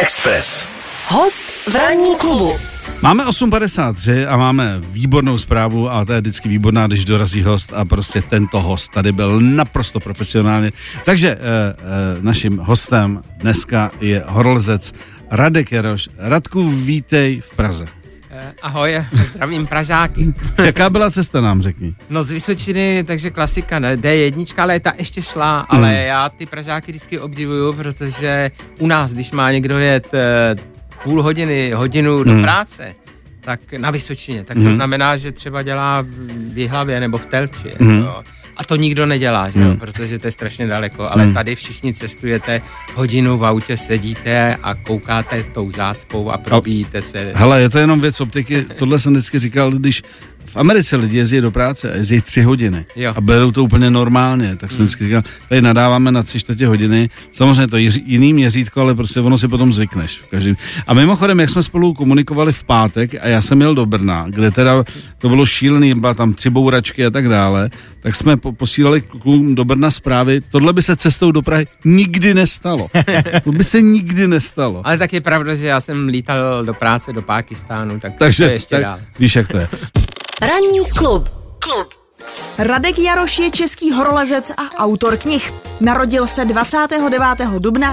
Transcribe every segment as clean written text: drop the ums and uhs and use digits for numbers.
Express. Host v ranní klubu. Máme 8:53 a máme výbornou zprávu a to je vždycky výborná, když dorazí host a prostě tento host tady byl naprosto profesionálně. Takže naším hostem dneska je horolezec Radek Jaroš. Radku, vítej v Praze. Ahoj, zdravím Pražáky. Jaká byla cesta, nám řekni? No z Vysočiny, takže klasika, D1, ale ta ještě šla, ale já ty Pražáky vždycky obdivuju, protože u nás, když má někdo jet půl hodiny, hodinu do práce, tak na Vysočině, tak to znamená, že třeba dělá v Jihlavě nebo v Telči, jo. A to nikdo nedělá, že jo, protože to je strašně daleko, ale tady všichni cestujete, hodinu v autě sedíte a koukáte tou zácpou a probíjíte se. Hele, je to jenom věc optiky, tohle jsem vždycky říkal, když v Americe lidi jezdí do práce a jezdí 3 hodiny a berou to úplně normálně, tak jsem vždycky říkal, tady nadáváme na 3/4 hodiny, samozřejmě to je jiný měřítko, ale prostě ono si potom zvykneš. A mimochodem, jak jsme spolu komunikovali v pátek a já jsem jel do Brna, kde teda to bylo šílený, byla tam 3 bouračky a tak dále, tak jsme posílali klukům do Brna zprávy, tohle by se cestou do Prahy nikdy nestalo. To by se nikdy nestalo. Ale tak je pravda, že já jsem lítal do práce do Pákistánu, takže to je ještě dál. Víš, jak to je. Ranní klub. Radek Jaroš je český horolezec a autor knih. Narodil se 29. dubna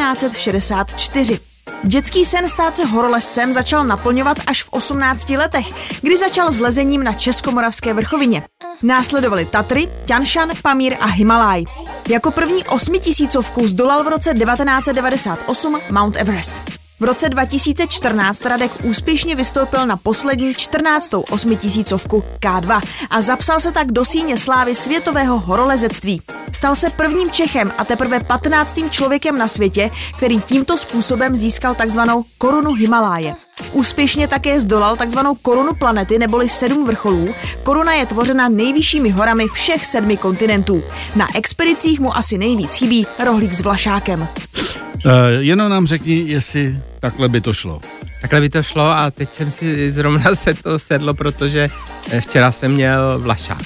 1964. Dětský sen stát se horolezcem začal naplňovat až v 18 letech, kdy začal s lezením na Českomoravské vrchovině. Následovaly Tatry, Ťanšan, Pamír a Himalaj. Jako první 8000 zdolal v roce 1998 Mount Everest. V roce 2014 Radek úspěšně vystoupil na poslední 14. 8000 K2 a zapsal se tak do síně slávy světového horolezectví. Stal se prvním Čechem a teprve 15. člověkem na světě, který tímto způsobem získal takzvanou korunu Himaláje. Úspěšně také zdolal takzvanou korunu planety neboli 7 vrcholů. Koruna je tvořena nejvyššími horami všech 7 kontinentů. Na expedicích mu asi nejvíc chybí rohlík s vlašákem. Jenom nám řekni, jestli takhle by to šlo. Takhle by to šlo a teď jsem si zrovna se to sedlo, protože včera jsem měl vlašák.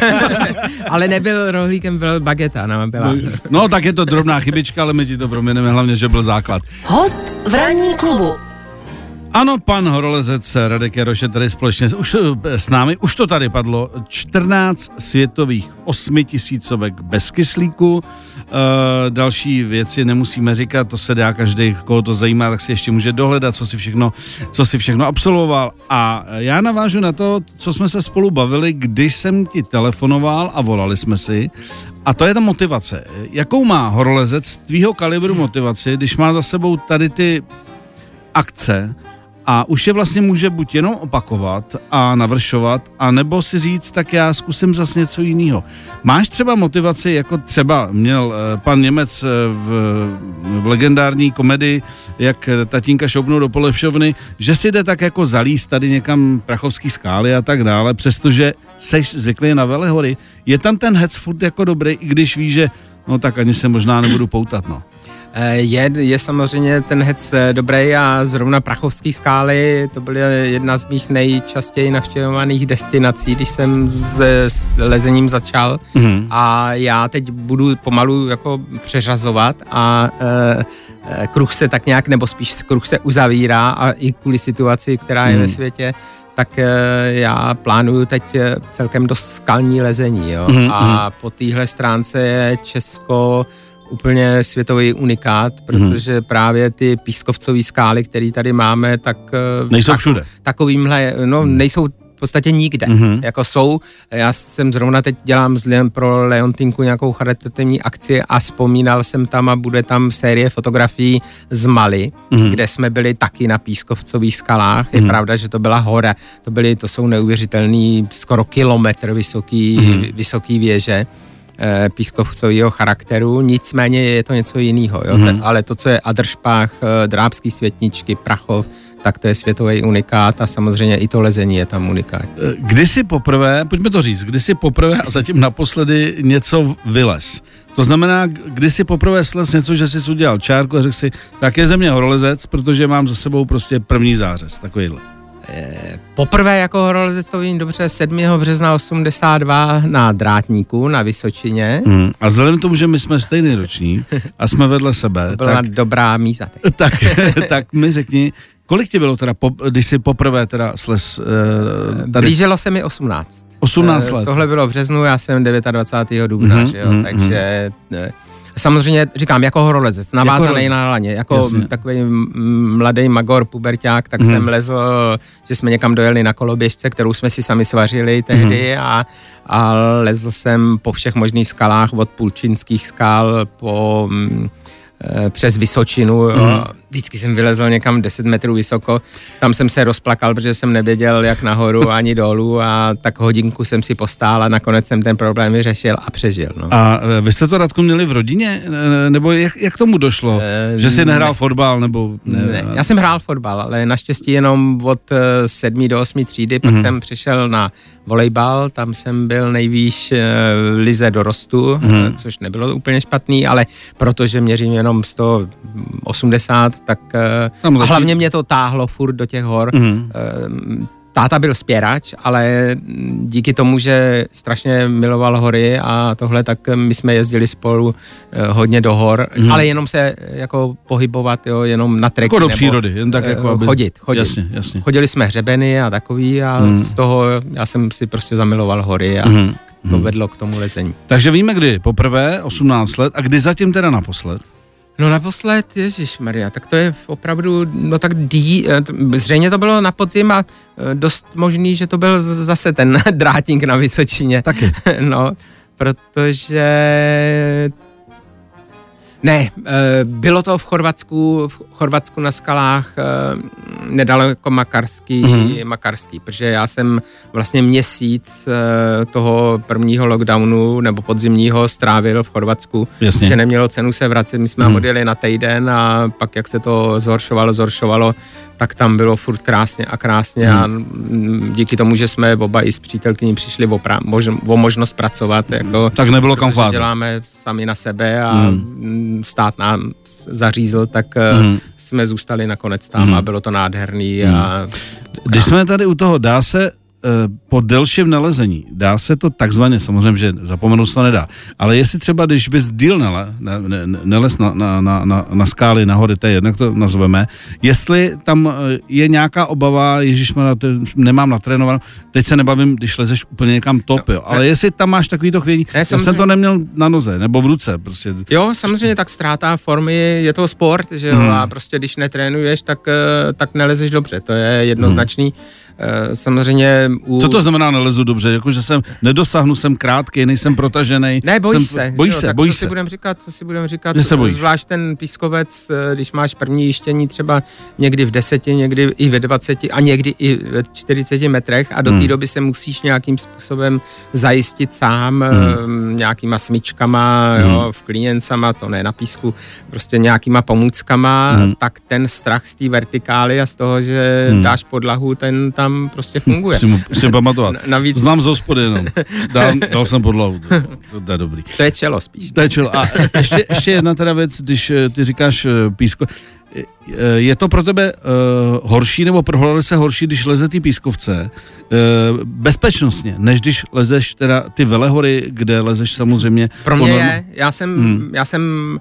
Ale nebyl rohlíkem, byl bageta. No tak je to drobná chybička, ale my ti to proměneme, hlavně, že byl základ. Host v ranní klubu. Ano, pan horolezec Radek Jaroš je tady společně s námi. Už to tady padlo. 14 světových 8000 bez kyslíku. Další věci nemusíme říkat, to se dá každý, koho to zajímá, tak si ještě může dohledat, co si všechno absolvoval. A já navážu na to, co jsme se spolu bavili, když jsem ti telefonoval a volali jsme si. A to je ta motivace. Jakou má horolezec tvýho kalibru motivaci, když má za sebou tady ty akce a už je vlastně může buď jenom opakovat a navršovat, anebo si říct, tak já zkusím zase něco jiného. Máš třeba motivaci, jako třeba měl pan Němec v legendární komedii, jak tatínka šoupnul do polevšovny, že si jde tak jako zalíst tady někam Prachovský skály a tak dále, přestože seš zvyklý na velehory. Je tam ten hec furt jako dobrý, i když víš, že no tak ani se možná nebudu poutat, no. Je samozřejmě ten hec dobrý a zrovna Prachovský skály, to byla jedna z mých nejčastěji navštěvovaných destinací, když jsem s lezením začal a já teď budu pomalu jako přeřazovat a kruh se tak nějak, nebo spíš kruh se uzavírá a i kvůli situaci, která je ve světě, tak já plánuju teď celkem dost skalní lezení, jo? A po téhle stránce je Česko úplně světový unikát, protože právě ty pískovcové skály, které tady máme, tak nejsou všude. Takovýmhle, nejsou v podstatě nikde. Jako jsou, já jsem zrovna teď dělám pro Leontinku nějakou charitativní akci a vzpomínal jsem tam a bude tam série fotografií z Mali, kde jsme byli taky na pískovcových skalách. Je pravda, že to byla hora. To jsou neuvěřitelný, skoro kilometr vysoký věže pískovcového charakteru, nicméně je to něco jiného, ale to, co je Adršpach, Drábský Světničky, Prachov, tak to je světový unikát a samozřejmě i to lezení je tam unikát. Kdysi poprvé, pojďme to říct, kdysi poprvé a zatím naposledy něco vylez. To znamená, kdysi poprvé slez něco, že jsi udělal čárku a řekl si, tak je ze mě horolezec, protože mám za sebou prostě první zářez, takovýhle. Poprvé jako horolezec to vím dobře 7. března 82 na Drátníku na Vysočině. A vzhledem k tomu, že my jsme stejný ročník a jsme vedle sebe. To byla dobrá míza. Tak mi řekni, kolik ti bylo teda, když jsi poprvé teda slez tady? Blížilo se mi 18. 18 let. Tohle bylo v březnu, já jsem 29. dubna, že jo, takže... Samozřejmě říkám, jako horolezec, navázaný na laně, jako takový mladý magor, puberťák, tak jsem lezl, že jsme někam dojeli na koloběžce, kterou jsme si sami svařili tehdy a lezl jsem po všech možných skalách, od Pulčinských skal po přes Vysočinu. Vždycky jsem vylezl někam 10 metrů vysoko, tam jsem se rozplakal, protože jsem nevěděl jak nahoru ani dolů a tak hodinku jsem si postál a nakonec jsem ten problém vyřešil a přežil. No. A vy jste to, Radku, měli v rodině? Nebo jak tomu došlo? Že jsi nehrál fotbal? Nebo... Ne, já jsem hrál fotbal, ale naštěstí jenom od 7. do 8. třídy, pak jsem přišel na volejbal, tam jsem byl nejvýš lize dorostu, což nebylo úplně špatný, ale protože měřím jenom 180, tak a hlavně mě to táhlo furt do těch hor. Táta byl spěrač, ale díky tomu, že strašně miloval hory a tohle, tak my jsme jezdili spolu hodně do hor, ale jenom se jako pohybovat, jo, jenom na treky. Jako do přírody, jen tak jako aby... Chodit. Jasně. Chodili jsme hřebeny a takový a z toho já jsem si prostě zamiloval hory a to vedlo k tomu lezení. Takže víme kdy, poprvé 18 let a kdy zatím teda naposled? No naposled, ježišmarja, tak to je opravdu, no tak zřejmě to bylo na podzim a dost možný, že to byl zase ten Drátník na Vysočině. Taky. No, protože... Ne, bylo to v Chorvatsku na skalách nedaleko Makarský, protože já jsem vlastně měsíc toho prvního lockdownu nebo podzimního strávil v Chorvatsku, že nemělo cenu se vracet, my jsme odjeli na týden a pak jak se to zhoršovalo, tak tam bylo furt krásně a díky tomu, že jsme oba i s přítelkyní přišli o možnost pracovat, jako, tak nebylo kam chvát. Děláme sami na sebe a stát nám zařízl, tak jsme zůstali nakonec tam a bylo to nádherný. Když jsme tady u toho, dá se po delším nalezení, dá se to takzvaně, samozřejmě, že zapomenout se to nedá, ale jestli třeba, když bys díl nelez na skály, na hory, to je jednak to nazveme, jestli tam je nějaká obava, ježišmarja, nemám natrénovanou, teď se nebavím, když lezeš úplně někam top, jo, ale jestli tam máš takovýto chvění, já jsem to neměl na noze, nebo v ruce, prostě. Jo, samozřejmě tak ztráta formy, je to sport, že jo, a prostě když netrénuješ, tak nelezeš dobře, to je jednoznačný. Samozřejmě... Co to znamená nelezu dobře? Jako, že nedosáhnu, jsem krátký, nejsem protažený. Ne, bojíš se. Bojíš se. Co si budeme říkat? Zvlášť ten pískovec, když máš první jištění třeba někdy v 10, někdy i ve 20 a někdy i ve 40 metrech a do té doby se musíš nějakým způsobem zajistit sám nějakýma smyčkama, jo, v klíněncama, to ne na písku, prostě nějakýma pomůckama, tak ten strach z té vertikály a z toho, že dáš podlahu, ten tam prostě funguje. Musím pamatovat. Navíc... Znám z hospody jenom. Dal jsem podlahu. To je dobrý. To je čelo spíš. To je čelo. A ještě jedna teda věc, když ty říkáš písko, je to pro tebe horší, nebo pro horolezce horší, když leze ty pískovce bezpečnostně, než když lezeš teda ty velehory, kde lezeš samozřejmě... Pro mě je. Já jsem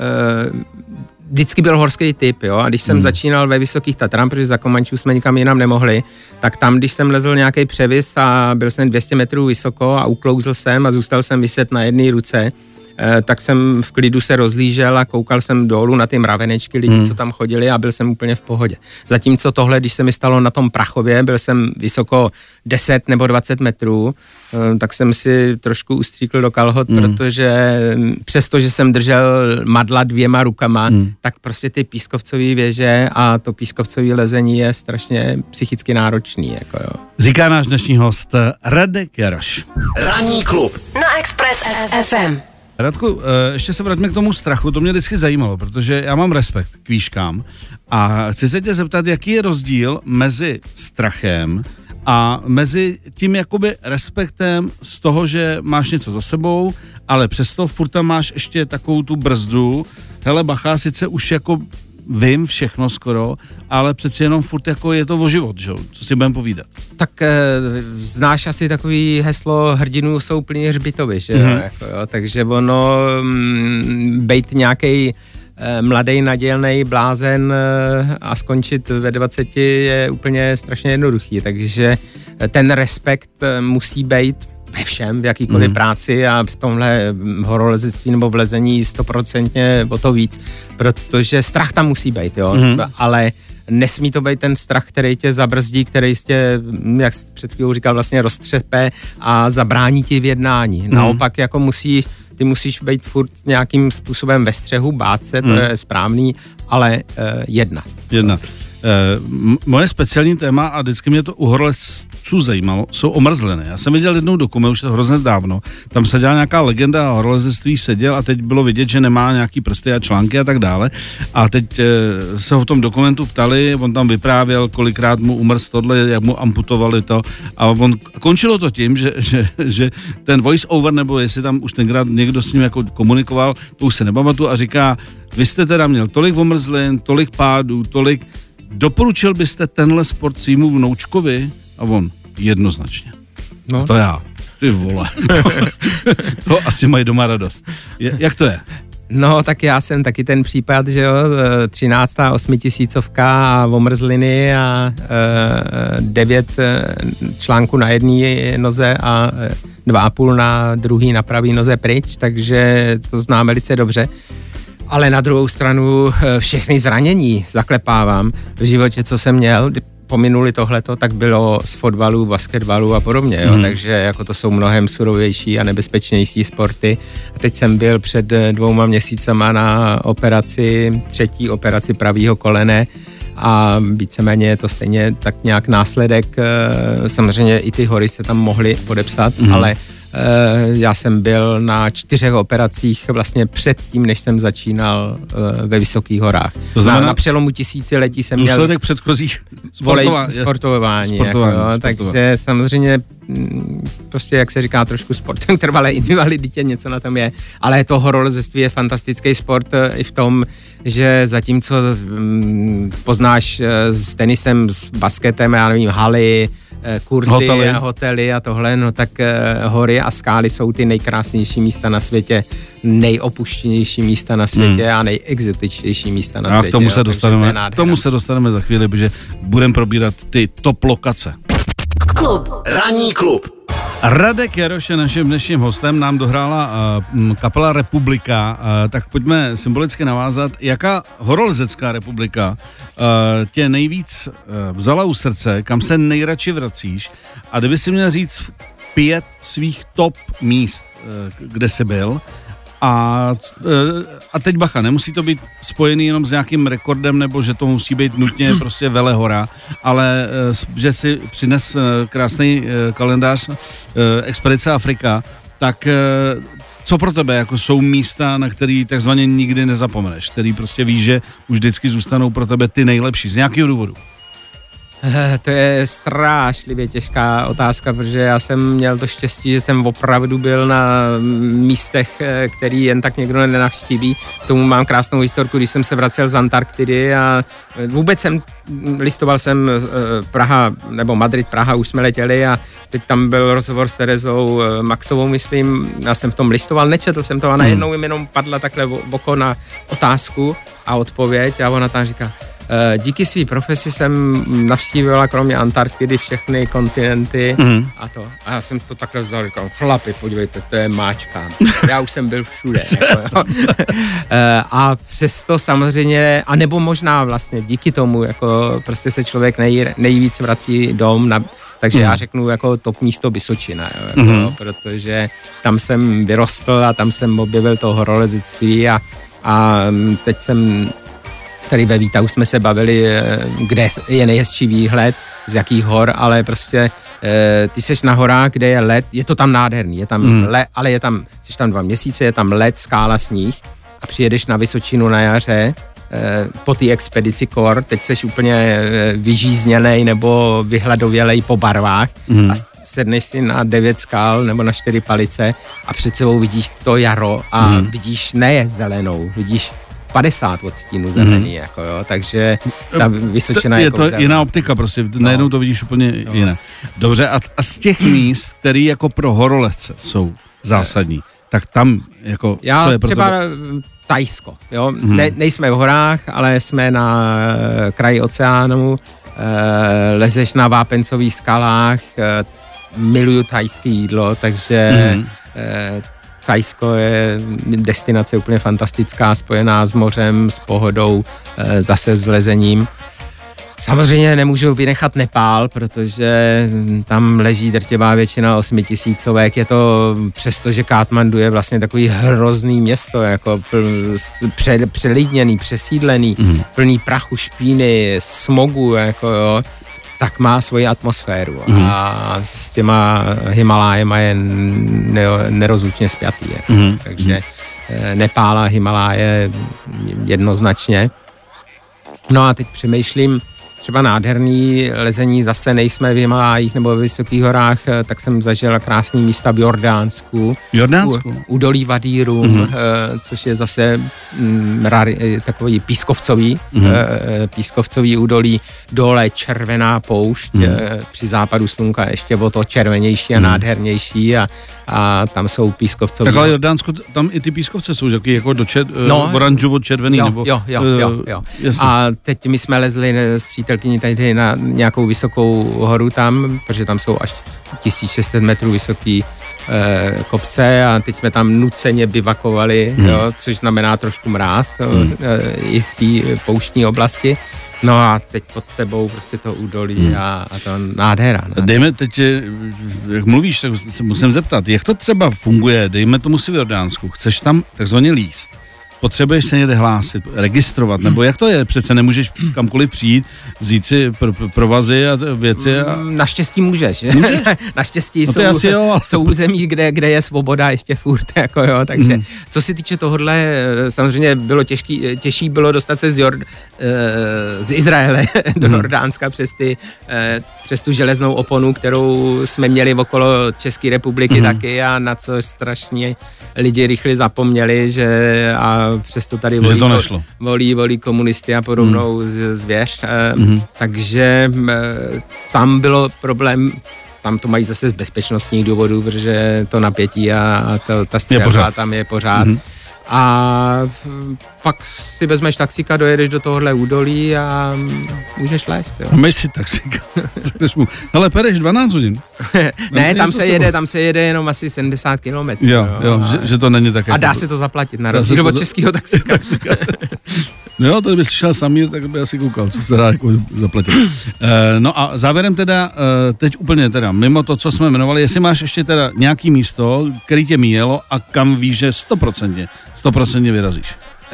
vždycky byl horský typ, jo, a když jsem začínal ve Vysokých Tatrách, protože za Komančů jsme nikam jinam nemohli, tak tam, když jsem lezl nějaký převis a byl jsem 200 metrů vysoko a uklouzl jsem a zůstal jsem viset na jedné ruce, tak jsem v klidu se rozlížel a koukal jsem dolů na ty mravenečky lidí, co tam chodili a byl jsem úplně v pohodě. Zatímco tohle, když se mi stalo na tom Prachově, byl jsem vysoko 10 nebo 20 metrů, tak jsem si trošku ustříkl do kalhot, protože přesto, že jsem držel madla 2 rukama, tak prostě ty pískovcové věže a to pískovcové lezení je strašně psychicky náročný. Jako jo. Říká náš dnešní host Radek Jaroš. Ranní klub na Express FM. Radku, ještě se vraťme k tomu strachu, to mě vždycky zajímalo, protože já mám respekt k výškám a chci se tě zeptat, jaký je rozdíl mezi strachem a mezi tím jakoby respektem z toho, že máš něco za sebou, ale přesto furt tam máš ještě takovou tu brzdu, hele bacha, sice už jako vím všechno skoro, ale přeci jenom furt jako je to o život, že? Co si budeme povídat. Tak znáš asi takový heslo hrdinů jsou plně hřbitovy, že jako, jo? Takže ono bejt nějaký mladý nadějný blázen a skončit ve 20 je úplně strašně jednoduchý, takže ten respekt musí být ve všem, v jakýkoliv práci a v tomhle horolezectví nebo v lezení 100% o to víc, protože strach tam musí být, jo, ale nesmí to být ten strach, který tě zabrzdí, který tě, jak před chvílou říkal, vlastně roztřepe a zabrání ti v jednání. Naopak jako ty musíš být furt nějakým způsobem ve střehu, bát se, to je správný, ale jednat. Moje speciální téma, a vždycky mě to u horolezců zajímalo, jsou omrzliny. Já jsem viděl jednou dokument, už to hrozně dávno, tam se dělala nějaká legenda o horolezectví, seděl a teď bylo vidět, že nemá nějaký prsty a články a tak dále. A teď se ho v tom dokumentu ptali, on tam vyprávěl, kolikrát mu umrz tohle, jak mu amputovali to a končilo to tím, že ten voice over, nebo jestli tam už tenkrát někdo s ním jako komunikoval, to už se nepamatuju a říká, vy jste teda měl tolik omrzlin, tolik pádů, tolik. Doporučil byste tenhle sport svýmu vnoučkovi? A on, jednoznačně. No. To já. Ty vole. To asi mají doma radost. Jak to je? No, tak já jsem taky ten případ, že jo, 13. 8000 a omrzliny a 9 článků na jedné noze a 2,5 na druhý na pravý noze pryč, takže to znám velice dobře. Ale na druhou stranu všechny zranění zaklepávám v životě, co jsem měl, pominuli tohleto, tak bylo z fotbalu, basketbalu a podobně, jo? Takže jako to jsou mnohem surovější a nebezpečnější sporty. A teď jsem byl před 2 měsícema na třetí operaci pravýho kolene a víceméně je to stejně tak nějak následek, samozřejmě i ty hory se tam mohly podepsat, ale já jsem byl na 4 operacích vlastně předtím, než jsem začínal ve Vysokých horách. To znamená, na přelomu tisíciletí jsem měl důsledek předchozích sportování. Takže samozřejmě prostě, jak se říká, trošku sportem trvalé invaliditě, něco na tom je, ale to horolezectví je fantastický sport i v tom, že zatímco poznáš s tenisem, s basketem, já nevím, haly, kurty, hotely a tohle, no tak hory a skály jsou ty nejkrásnější místa na světě, nejopuštěnější místa na světě a nejexotičtější místa na světě. K tomu se dostaneme za chvíli, protože budeme probírat ty top lokace. Ranní klub. Radek Jaroš je naším dnešním hostem, nám dohrála kapela Republika, tak pojďme symbolicky navázat, jaká horolezecká republika tě nejvíc vzala u srdce, kam se nejradši vracíš a kdyby si měl říct 5 svých top míst, kde jsi byl, a teď bacha, nemusí to být spojený jenom s nějakým rekordem, nebo že to musí být nutně prostě velehora, ale že si přines krásný kalendář Expedice Afrika, tak co pro tebe jako jsou místa, na který takzvaně nikdy nezapomeneš, který prostě víš, že už vždycky zůstanou pro tebe ty nejlepší, z nějakého důvodu? To je strašlivě těžká otázka, protože já jsem měl to štěstí, že jsem opravdu byl na místech, který jen tak někdo nenavštíví. K tomu mám krásnou historku, když jsem se vracel z Antarktidy a vůbec listoval jsem Praha, nebo Madrid, Praha, už jsme letěli a teď tam byl rozhovor s Terezou Maxovou, myslím, já jsem v tom listoval, nečetl jsem to a najednou jim jenom padla takhle oko na otázku a odpověď a ona tam říká, díky své profesi jsem navštívila kromě Antarktidy všechny kontinenty a to. A já jsem to takhle vzal, říkám, chlapi, podívejte, to je máčka. Já už jsem byl všude. Jako, a přesto samozřejmě, a nebo možná vlastně díky tomu, jako prostě se člověk nejvíc vrací dom, takže já řeknu jako top místo Vysočina, jako, protože tam jsem vyrostl a tam jsem objevil to horolezectví a teď jsem tady ve Výtahu jsme se bavili, kde je nejhezčí výhled, z jakých hor, ale prostě ty seš na horách, kde je led, je to tam nádherný, je tam led, ale seš tam 2 měsíce, je tam led, skála, sníh a přijedeš na Vysočinu na jaře po té expedici KOR, teď seš úplně vyžízněnej nebo vyhladovělej po barvách a sedneš si na 9 skal nebo na 4 palice a před sebou vidíš to jaro a vidíš ne zelenou, vidíš 50 odstínů zelený, jako jo, takže ta Vysočina je to jiná optika prostě, najednou to vidíš úplně jiné. Dobře, a z těch míst, které jako pro horolezce jsou zásadní, tak tam jako, co je pro třeba tebe? Thajsko, jo, nejsme v horách, ale jsme na kraji oceánu, lezeš na vápencových skalách, miluju thajské jídlo, takže Thajsko je destinace úplně fantastická, spojená s mořem, s pohodou, zase s lezením. Samozřejmě nemůžu vynechat Nepál, protože tam leží drtivá většina 8000. Je to přesto, že Katmandu je vlastně takový hrozný město, jako přelidněný, přesídlený, plný prachu, špíny, smogu, jako jo, tak má svoji atmosféru a s těma Himalájema je nerozlučně spjatý. Takže Nepál a Himaláje jednoznačně. No a teď přemýšlím, třeba nádherný lezení, zase nejsme v Himalájích nebo ve Vysokých horách, tak jsem zažil krásný místa v Jordánsku. Údolí Wadi Rum, což je zase takový pískovcový údolí, dole červená poušť, při západu slunka ještě o to červenější a nádhernější a tam jsou pískovcoví. Tak ale Jordánsko, tam i ty pískovce jsou jako oranžovo červený. Jo. A teď my jsme lezli s přítelkyní tady na nějakou vysokou horu tam, protože tam jsou až 1600 metrů vysoký kopce a teď jsme tam nuceně bivakovali, jo, což znamená trošku mráz i v té pouštní oblasti. No a teď pod tebou prostě to údolí a to nádhera. Dejme teď, jak mluvíš, tak se musím zeptat, jak to třeba funguje, dejme tomu si v Jordánsku, chceš tam takzvaně líst, potřebuješ se někde hlásit, registrovat, nebo jak to je? Přece nemůžeš kamkoliv přijít, vzít si provazy a věci a... Naštěstí můžeš. Naštěstí jsou území, kde je svoboda ještě furt, jako jo, takže co se týče tohohle, samozřejmě bylo těžší bylo dostat se z Izraele do Jordánska přes tu železnou oponu, kterou jsme měli okolo České republiky taky a na co strašně lidi rychle zapomněli, že a přesto tady volí komunisty a podobnou zvěř. Takže tam bylo problém, tam to mají zase z bezpečnostních důvodů, protože to napětí a ta střelba tam je pořád. A pak si vezmeš taxíka, dojedeš do tohohle údolí a můžeš lézt. Máš si taxíka. Hele, pereš 12 hodin. Ne, tam se jede jenom asi 70 kilometrů. Jo, že to není tak. A dá se to zaplatit na rozdíl od českého taxíka. No, to by šel samý, tak by asi koukal, co se dá jako zaplatit. No a závěrem teda, teď úplně teda, mimo to, co jsme jmenovali, jestli máš ještě teda nějaký místo, který tě míjelo a kam víš, že 100% vyrazíš?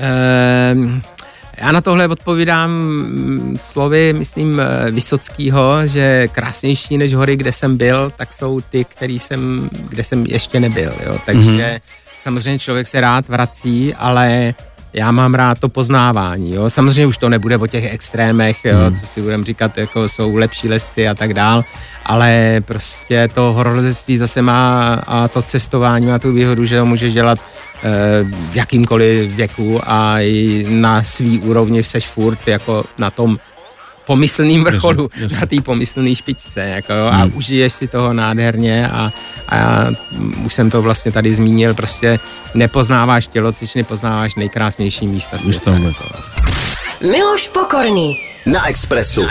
Já na tohle odpovídám slovy, myslím, Vysockýho, že krásnější než hory, kde jsem byl, tak jsou ty, kde jsem ještě nebyl. Jo? Takže samozřejmě člověk se rád vrací, ale já mám rád to poznávání. Jo? Samozřejmě už to nebude o těch extrémech, jo? Co si budeme říkat, jako jsou lepší lezci a tak dál, ale prostě to horolezectví zase má a to cestování má tu výhodu, že ho můžeš dělat v jakýmkoliv věku a i na svý úrovni seš furt jako na tom pomyslným vrcholu, na té pomyslné špičce, jako, a užiješ si toho nádherně a už jsem to vlastně tady zmínil, prostě nepoznáváš tělocvičny, poznáváš nejkrásnější místa světa. Miloš Pokorný na Expressu.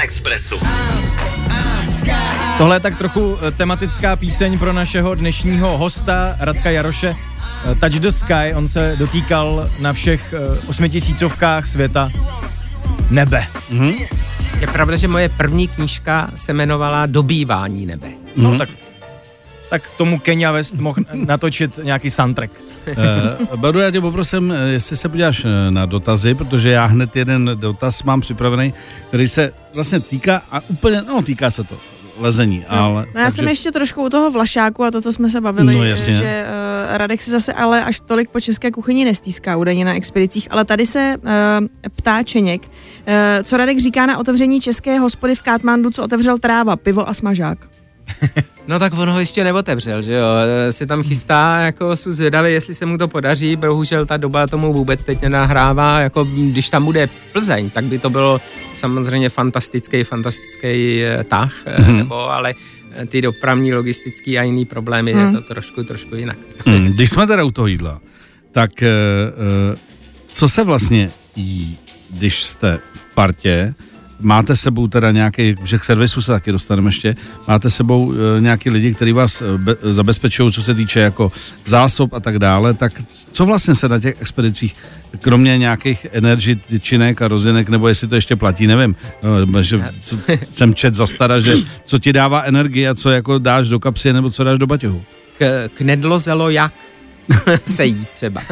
Tohle je tak trochu tematická píseň pro našeho dnešního hosta Radka Jaroše. Touch the Sky, on se dotýkal na všech 8000 světa nebe. Je pravda, že moje první knížka se jmenovala Dobývání nebe. No tak tomu Kenya West mohl natočit nějaký soundtrack. Badu, já tě poprosím, jestli se podíváš na dotazy, protože já hned jeden dotaz mám připravený, který se vlastně týká a úplně, týká se to lezení, ale... No já jsem ještě trošku u toho Vlašáku a to, co jsme se bavili, že Radek si zase ale až tolik po české kuchyni nestýská údajně na expedicích, ale tady se ptá Čeněk, co Radek říká na otevření české hospody v Katmandu, co otevřel Tráva, pivo a smažák. No tak on ho ještě neotevřel, že jo, si tam chystá, jako jsou zvědavý, jestli se mu to podaří, bohužel ta doba tomu vůbec teď nenahrává, jako když tam bude Plzeň, tak by to bylo samozřejmě fantastický tah, nebo ale ty dopravní, logistický a jiný problémy je to trošku jinak. Když jsme teda u toho jídla, tak co se vlastně jí, když jste v partě, máte sebou teda nějaký, že k servisu se taky dostaneme ještě, máte sebou nějaký lidi, kteří vás zabezpečují, co se týče jako zásob a tak dále, tak co vlastně se na těch expedicích, kromě nějakých tyčinek a rozinek, nebo jestli to ještě platí, nevím, že jsem čet za stara, že co ti dává energii a co jako dáš do kapsy, nebo co dáš do baťohu? Knedlozelo jak se jí třeba.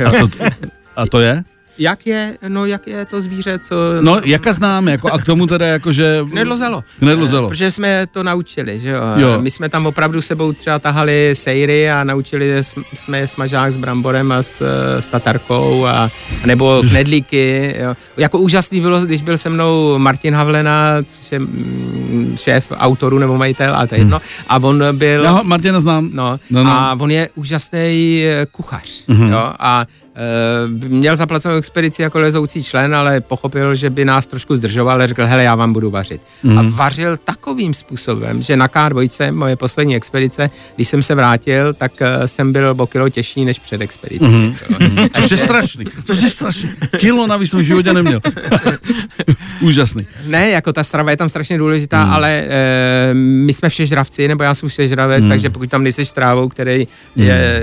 A to je? Jak je to zvíře, co... No, jaka znám, jako, a k tomu teda jakože... Knedlozelo. Protože jsme to naučili, že jo. My jsme tam opravdu sebou třeba tahali sejry a naučili jsme je smažák s bramborem a s tatarkou a nebo knedlíky, jo. Jako úžasný bylo, když byl se mnou Martin Havlena, což je šéf autorů nebo majitel, a to je jedno. A on byl... Já Martina znám. No. A on je úžasný kuchař, jo. A měl zaplacenou expedici jako lezoucí člen, ale pochopil, že by nás trošku zdržoval a řekl, hele, já vám budu vařit. A vařil takovým způsobem, že na K2, moje poslední expedice, když jsem se vrátil, tak jsem byl o kilo těžší než před expedicí. Což je strašný. Kilo navíc jsem v životě neměl. Úžasný. Ne, jako ta strava je tam strašně důležitá, ale my jsme všežravci, nebo já jsem všežravec, takže pokud tam nejseš strávou, který je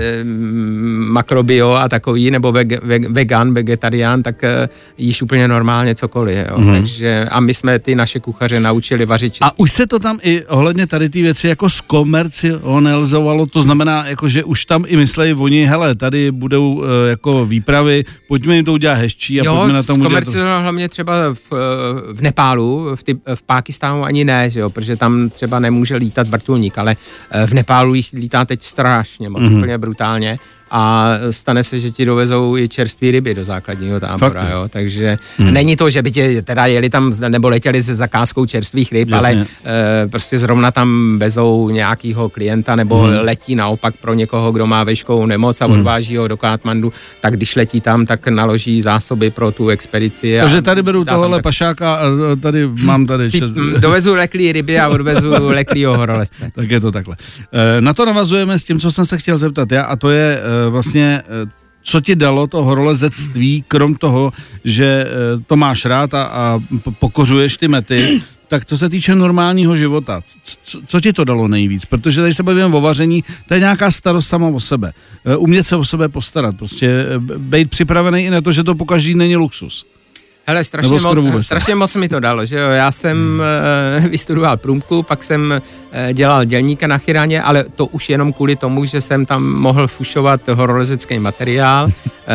makrobio a takový, nebo vegan, vegetarián, tak jíš úplně normálně cokoliv. Jo. Takže, a my jsme ty naše kuchaře naučili vařit český. A už se to tam i ohledně tady ty věci jako zkomercionalizovalo, to znamená, jako, že už tam i myslejí oni, hele, tady budou jako výpravy, pojďme jim to udělat hezčí a pojďme na tom udělat. Zkomercionalizovalo hlavně třeba v Nepálu, v Pákistánu ani ne, že jo, protože tam třeba nemůže lítat vrtulník, ale v Nepálu jich lítá teď strašně moc, úplně brutálně. A stane se, že ti dovezou i čerství ryby do základního tábora, jo, takže není to, že by tě teda jeli tam nebo letěli se zakázkou čerstvých ryb, ale prostě zrovna tam vezou nějakýho klienta nebo letí naopak pro někoho, kdo má veškou nemoc a odváží ho do Katmandu, tak když letí tam, tak naloží zásoby pro tu expedici. Takže tady beru tohohle pašáka a tady mám tady... Dovezu leklý ryby a odvezu leklýho horolezce. Tak je to takhle. Na to navazujeme s tím, co jsem se chtěl zeptat já, a to je vlastně, co ti dalo to horolezectví, krom toho, že to máš rád a pokořuješ ty mety, tak co se týče normálního života, co ti to dalo nejvíc? Protože tady se bavíme o vaření, to je nějaká starost sama o sebe. Umět se o sebe postarat, prostě být připravený i na to, že to pokaždý není luxus. Hele, strašně moc mi to dalo, že jo, já jsem vystudoval průmku, pak jsem dělal dělníka na Chyraně, ale to už jenom kvůli tomu, že jsem tam mohl fušovat horolezecký materiál.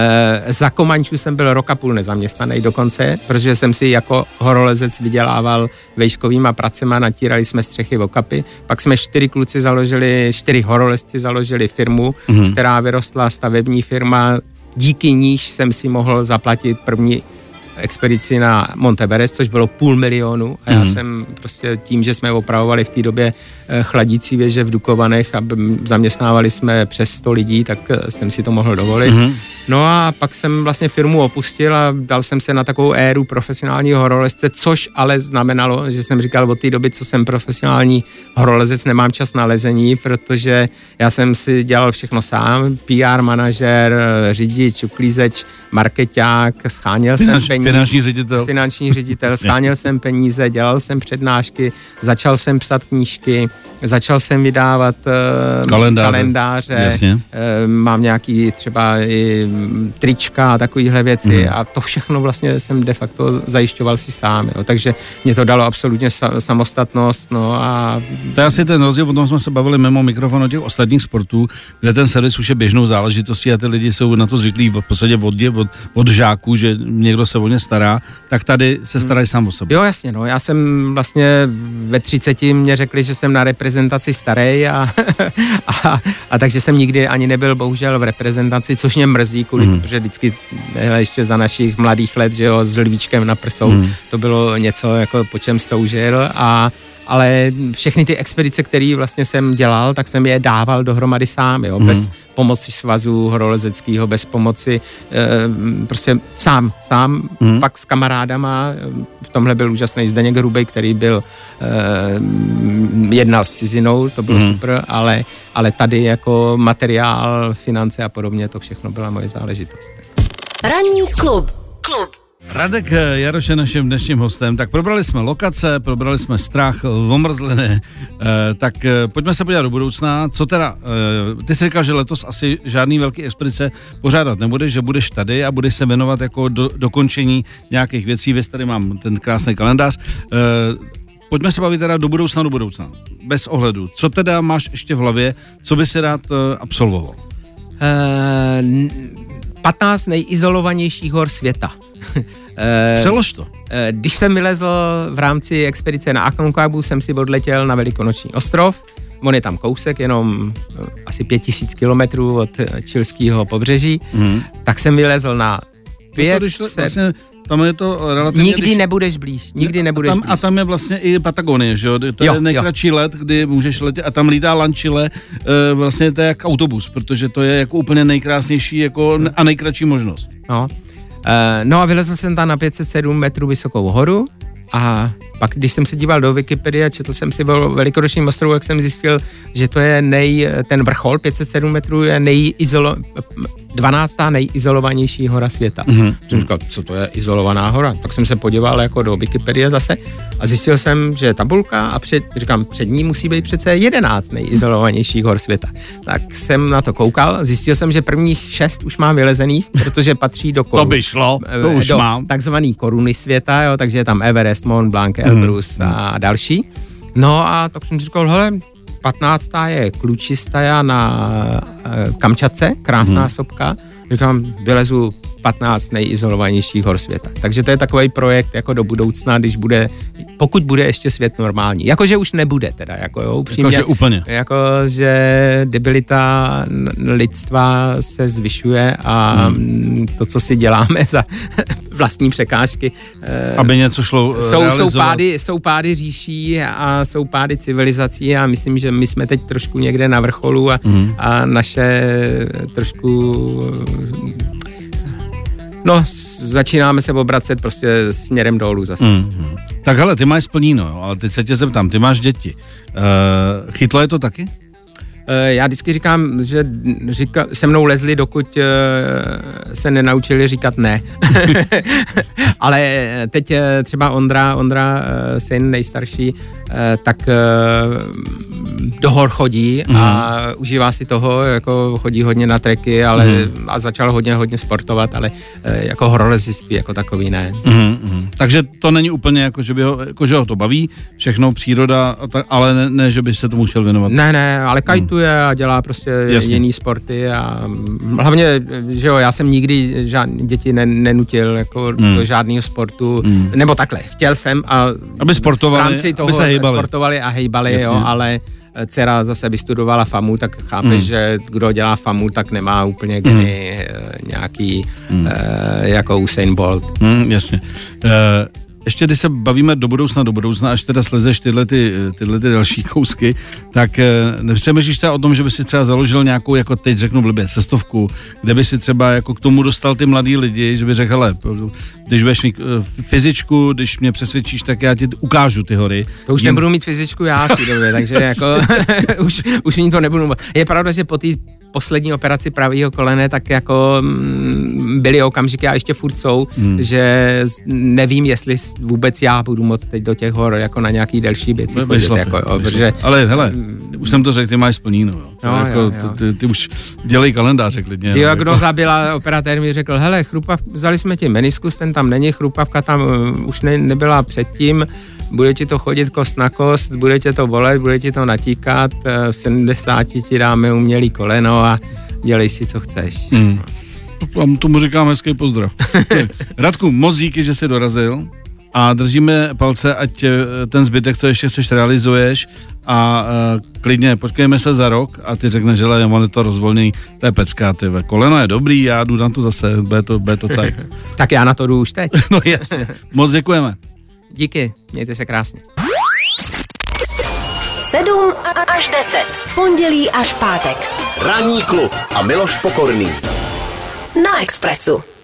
Za Komančů jsem byl rok a půl nezaměstnaný dokonce, protože jsem si jako horolezec vydělával vejškovýma pracema, natírali jsme střechy okapy, pak jsme 4 horolezci založili firmu, která vyrostla stavební firma, díky níž jsem si mohl zaplatit první expedici na Mount Everest, což bylo 500 000 a já jsem prostě tím, že jsme opravovali v té době chladící věže v Dukovanech a zaměstnávali jsme přes 100 lidí, tak jsem si to mohl dovolit. No a pak jsem vlastně firmu opustil a dal jsem se na takovou éru profesionálního horolezce, což ale znamenalo, že jsem říkal od té doby, co jsem profesionální horolezec, nemám čas na lezení, protože já jsem si dělal všechno sám, PR manažer, řidič, uklízeč, markeťák, scháněl jsem peníze. Finanční ředitel, scháněl jsem peníze, dělal jsem přednášky, začal jsem psat knížky, začal jsem vydávat kalendáře, mám nějaký třeba i trička a takovéhle věci a to všechno vlastně jsem de facto zajišťoval si sám, jo. Takže mě to dalo absolutně samostatnost, no a... To je asi ten rozdíl, o tom jsme se bavili mimo mikrofon o těch ostatních sportů, kde ten servis už je běžnou záležitostí a ty lidi jsou na to zvyklí v podstatě od žáků, že někdo se o ně stará, tak tady se starají sám o sebe. Jo, jasně, no, já jsem vlastně ve 30 mě řekli, že jsem na reprezentaci starej a takže jsem nikdy ani nebyl bohužel v reprezentaci, což mě mrzí, protože vždycky ještě za našich mladých let, že jo, s lvíčkem na prsou, to bylo něco, jako po čem stoužil ale všechny ty expedice, které vlastně jsem dělal, tak jsem je dával dohromady sám, jo, bez pomoci svazu horolezeckého, bez pomoci, prostě sám, pak s kamarádama, v tomhle byl úžasný Zdeněk Hrubej, který byl, jednal s cizinou, to bylo super, ale tady jako materiál, finance a podobně, to všechno byla moje záležitost. Ranní klub. Radek Jaroš je naším dnešním hostem, tak probrali jsme lokace, probrali jsme strach, omrzliny, tak pojďme se podívat do budoucna, co teda, ty jsi říkal, že letos asi žádný velký expedice pořádat nebudeš, že budeš tady a budeš se věnovat jako dokončení nějakých věcí, vys tady mám ten krásný kalendář, pojďme se bavit teda do budoucna, bez ohledu, co teda máš ještě v hlavě, co by si rád absolvoval? 15 nejizolovanějších hor světa. Přelož to. Když jsem vylezl v rámci expedice na Aconcagua, jsem si odletěl na Velikonoční ostrov. On je tam kousek, jenom asi 5000 kilometrů od chilského pobřeží. Tak jsem vylezl na 500... Vlastně, tam je to relativně... Nikdy nebudeš blíž. Blíž. A tam je vlastně i Patagonie, že jo? To je nejkratší let, kdy můžeš letět a tam lítá lančile, vlastně to je jak autobus, protože to je jako úplně nejkrásnější jako a nejkratší možnost. No a vylezl jsem tam na 507 metrů vysokou horu a pak, když jsem se díval do Wikipedie a četl jsem si o Velikonočním ostrovu, jak jsem zjistil, že to je ten vrchol 507 metrů je 12. nejizolovanější hora světa. Jsem říkal, co to je izolovaná hora? Tak jsem se podíval jako do Wikipedie zase a zjistil jsem, že je tabulka a před ní musí být přece 11 nejizolovanějších hor světa. Tak jsem na to koukal, zjistil jsem, že prvních 6 už mám vylezených, protože patří do To by šlo, to už do mám. takzvaný koruny světa, jo, takže je tam Everest, Mont Blanc, Elbrus a další. No a tak jsem říkal, hele, 15. je Klučistaja na Kamčatce, krásná sopka. Říkám, vylezu 15 nejizolovanějších hor světa. Takže to je takový projekt jako do budoucna, pokud bude ještě svět normální. Jakože už nebude teda, jako jo, upřímně. Jakože úplně. Jakože debilita lidstva se zvyšuje a to, co si děláme za vlastní překážky. Aby něco šlo realizovat. Jsou pády říší a jsou pády civilizací a myslím, že my jsme teď trošku někde na vrcholu a naše trošku začínáme se obracet prostě směrem dolů zase. Tak hele, ty máš splníno, ale teď se tě zeptám, ty máš děti. Chytlo je to taky? Já vždycky říkám, že se mnou lezli, dokud se nenaučili říkat ne. Ale teď třeba Ondra, syn nejstarší, tak do hor chodí a užívá si toho, jako chodí hodně na treky, ale a začal hodně sportovat, ale jako horolezectví jako takový ne. Takže to není úplně jako, že ho to baví, všechno příroda, ale ne, že by se tomu chtěl věnovat. Ne, ale kajtuje a dělá prostě jiný sporty a hlavně, že jo, já jsem nikdy děti nenutil jako do žádného sportu, nebo takhle, chtěl jsem aby sportovali, v rámci toho sportovali a hejbali, jo, ale dcera zase vystudovala FAMU, tak chápeš, že kdo dělá FAMU, tak nemá úplně geny nějaký jako Usain Bolt. Jasně. Ještě když se bavíme do budoucna, až teda slezeš tyhle další kousky, tak nepřemýšlíš třeba o tom, že by si třeba založil nějakou, jako teď řeknu blbě, cestovku, kde by si třeba jako k tomu dostal ty mladý lidi, že by řekl, hele, když budeš mít fyzičku, když mě přesvědčíš, tak já ti ukážu ty hory. To už nebudu mít fyzičku já v té době, takže jako už mi to nebudu. Je pravda, že po té poslední operaci pravého kolene, tak jako byly okamžiky a ještě furt jsou, že nevím, jestli vůbec já budu moct teď do těch hor jako na nějaký delší věci chodit. Protože... Ale hele, už jsem to řekl, ty máš splníno. Jo. Ty už dělej kalendáře klidně. Diagnoza byla, operatér mi řekl, hele, vzali jsme ti meniskus, ten tam není, chrupavka tam už nebyla předtím, bude ti to chodit kost na kost, bude tě to bolet, bude ti to natíkat, v 70 ti dáme umělý koleno a dělej si, co chceš. Tomu říkám hezký pozdrav. Radku, moc díky, že jsi dorazil a držíme palce, ať ten zbytek, co ještě chceš, realizuješ a klidně počkejme se za rok a ty řekneš, že on je to rozvolněný, to je pecka, koleno je dobrý, já jdu na to zase, bude to cajk. Tak já na to jdu už teď. No jasně, moc děkujeme. Díky, mějte se krásně. 7 až 10. Pondělí až pátek. Ranní klub a Miloš Pokorný. Na Expressu.